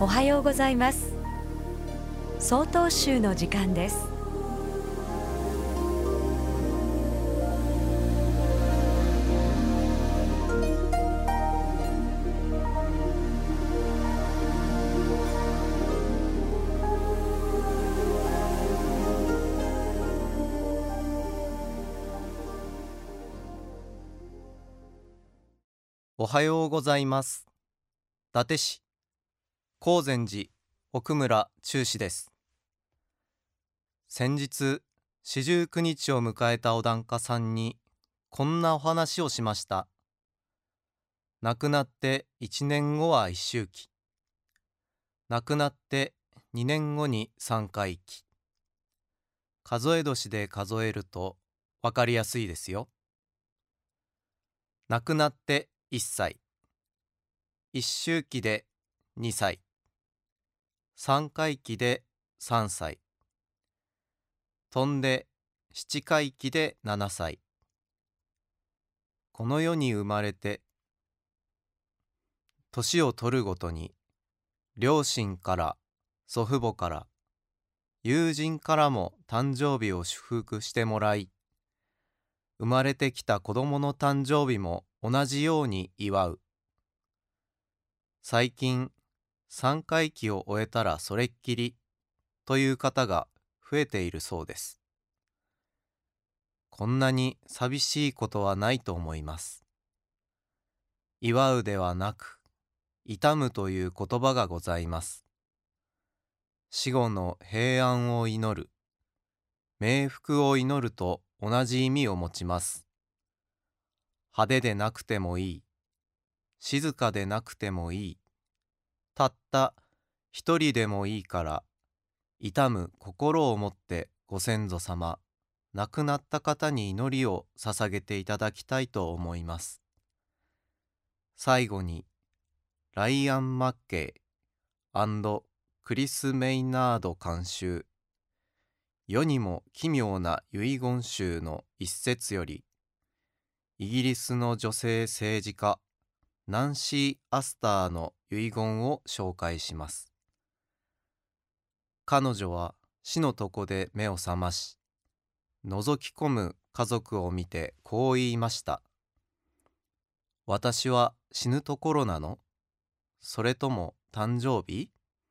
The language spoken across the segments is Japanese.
おはようございます。総統集の時間です。 おはようございます。伊達市高禅寺奥村中氏です。先日四十九日を迎えたお檀家さんにこんなお話をしました。亡くなって1年後は一周忌、亡くなって2年後に三回忌。数え年で数えると分かりやすいですよ。亡くなって1歳、一周忌で2歳、三回忌で3歳、飛んで七回忌で7歳。この世に生まれて年を取るごとに両親から祖父母から友人からも誕生日を祝福してもらい、生まれてきた子供の誕生日も同じように祝う。最近三回忌を終えたらそれっきりという方が増えているそうです。こんなに寂しいことはないと思います。祝うではなく悼むという言葉がございます。死後の平安を祈る、冥福を祈ると同じ意味を持ちます。派手でなくてもいい、静かでなくてもいい、たった一人でもいいから悼む心を持ってご先祖様、亡くなった方に祈りを捧げていただきたいと思います。最後にライアン・マッケイ&クリス・メイナード監修、世にも奇妙な遺言集の一節より、イギリスの女性政治家ナンシー・アスターの遺言を紹介します。彼女は死の床で目を覚まし、覗き込む家族を見てこう言いました。私は死ぬところなの？それとも誕生日？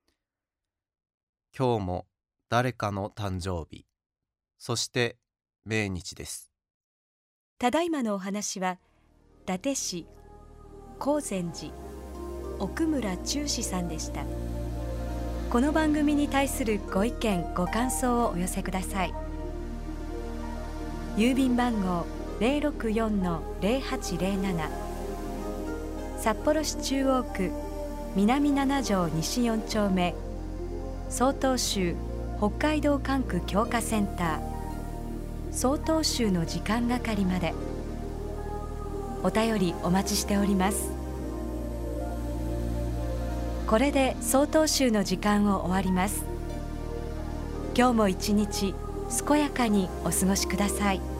今日も誰かの誕生日、そして命日です。 ただいまのお話は伊達市高禅寺奥村中氏さんでした。この番組に対するご意見ご感想をお寄せください。郵便番号 064-0807 札幌市中央区南7条西4丁目、曹洞宗北海道管区強化センター曹洞宗の時間係まで。お便りお待ちしております。これで曹洞宗の時間を終わります。今日も一日健やかにお過ごしください。